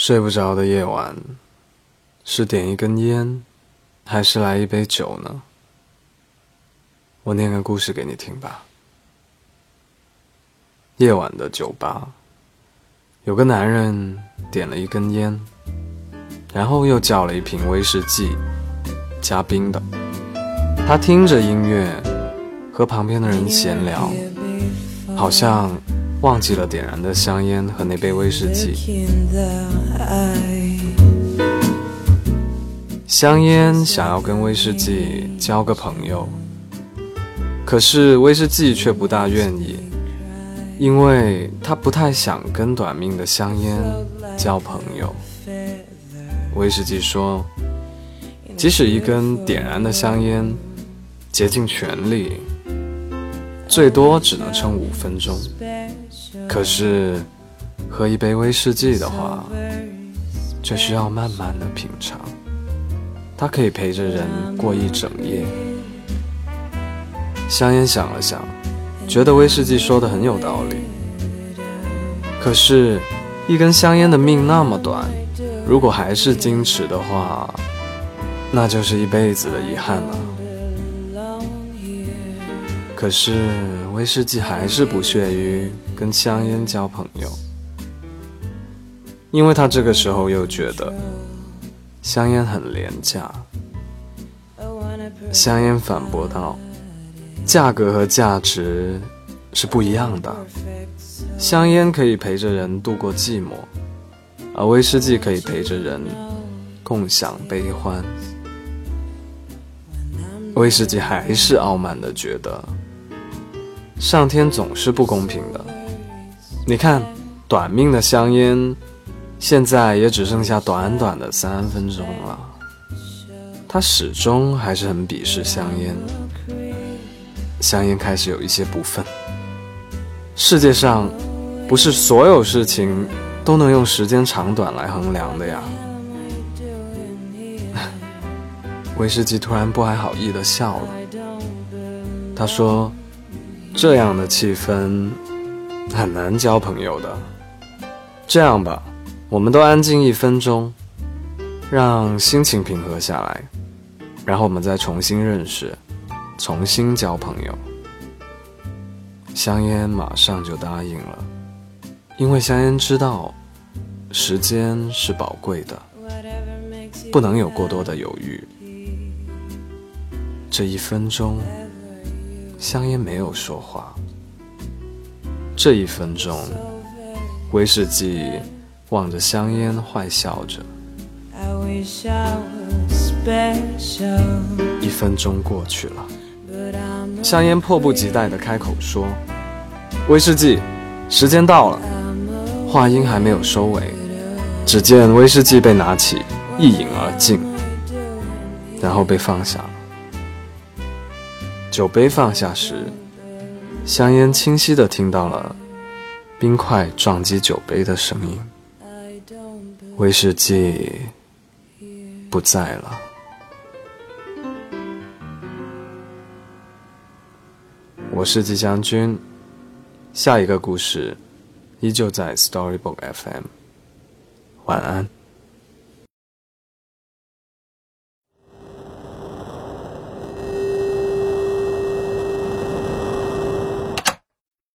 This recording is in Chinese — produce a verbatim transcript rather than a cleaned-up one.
睡不着的夜晚，是点一根烟，还是来一杯酒呢？我念个故事给你听吧。夜晚的酒吧，有个男人点了一根烟，然后又叫了一瓶威士忌，加冰的。他听着音乐，和旁边的人闲聊，好像忘记了点燃的香烟和那杯威士忌。香烟想要跟威士忌交个朋友，可是威士忌却不大愿意，因为他不太想跟短命的香烟交朋友。威士忌说，即使一根点燃的香烟竭尽全力，最多只能撑五分钟，可是喝一杯威士忌的话，却需要慢慢的品尝，它可以陪着人过一整夜。香烟想了想，觉得威士忌说的很有道理。可是一根香烟的命那么短，如果还是矜持的话，那就是一辈子的遗憾了。可是威士忌还是不屑于跟香烟交朋友，因为他这个时候又觉得香烟很廉价。香烟反驳道，价格和价值是不一样的，香烟可以陪着人度过寂寞，而威士忌可以陪着人共享悲欢。威士忌还是傲慢地觉得，上天总是不公平的。你看，短命的香烟现在也只剩下短短的三分钟了，他始终还是很鄙视香烟。香烟开始有一些不忿，世界上不是所有事情都能用时间长短来衡量的呀。威士忌突然不怀好意地笑了，他说，这样的气氛很难交朋友的。这样吧，我们都安静一分钟，让心情平和下来，然后我们再重新认识，重新交朋友。香烟马上就答应了，因为香烟知道时间是宝贵的，不能有过多的犹豫。这一分钟，香烟没有说话。这一分钟，威士忌望着香烟坏笑着。一分钟过去了，香烟迫不及待地开口说，威士忌，时间到了。话音还没有收尾，只见威士忌被拿起，一饮而尽，然后被放下了。酒杯放下时，香烟清晰地听到了冰块撞击酒杯的声音。威士忌不在了。我是季将军，下一个故事依旧在 Storybook F M。晚安。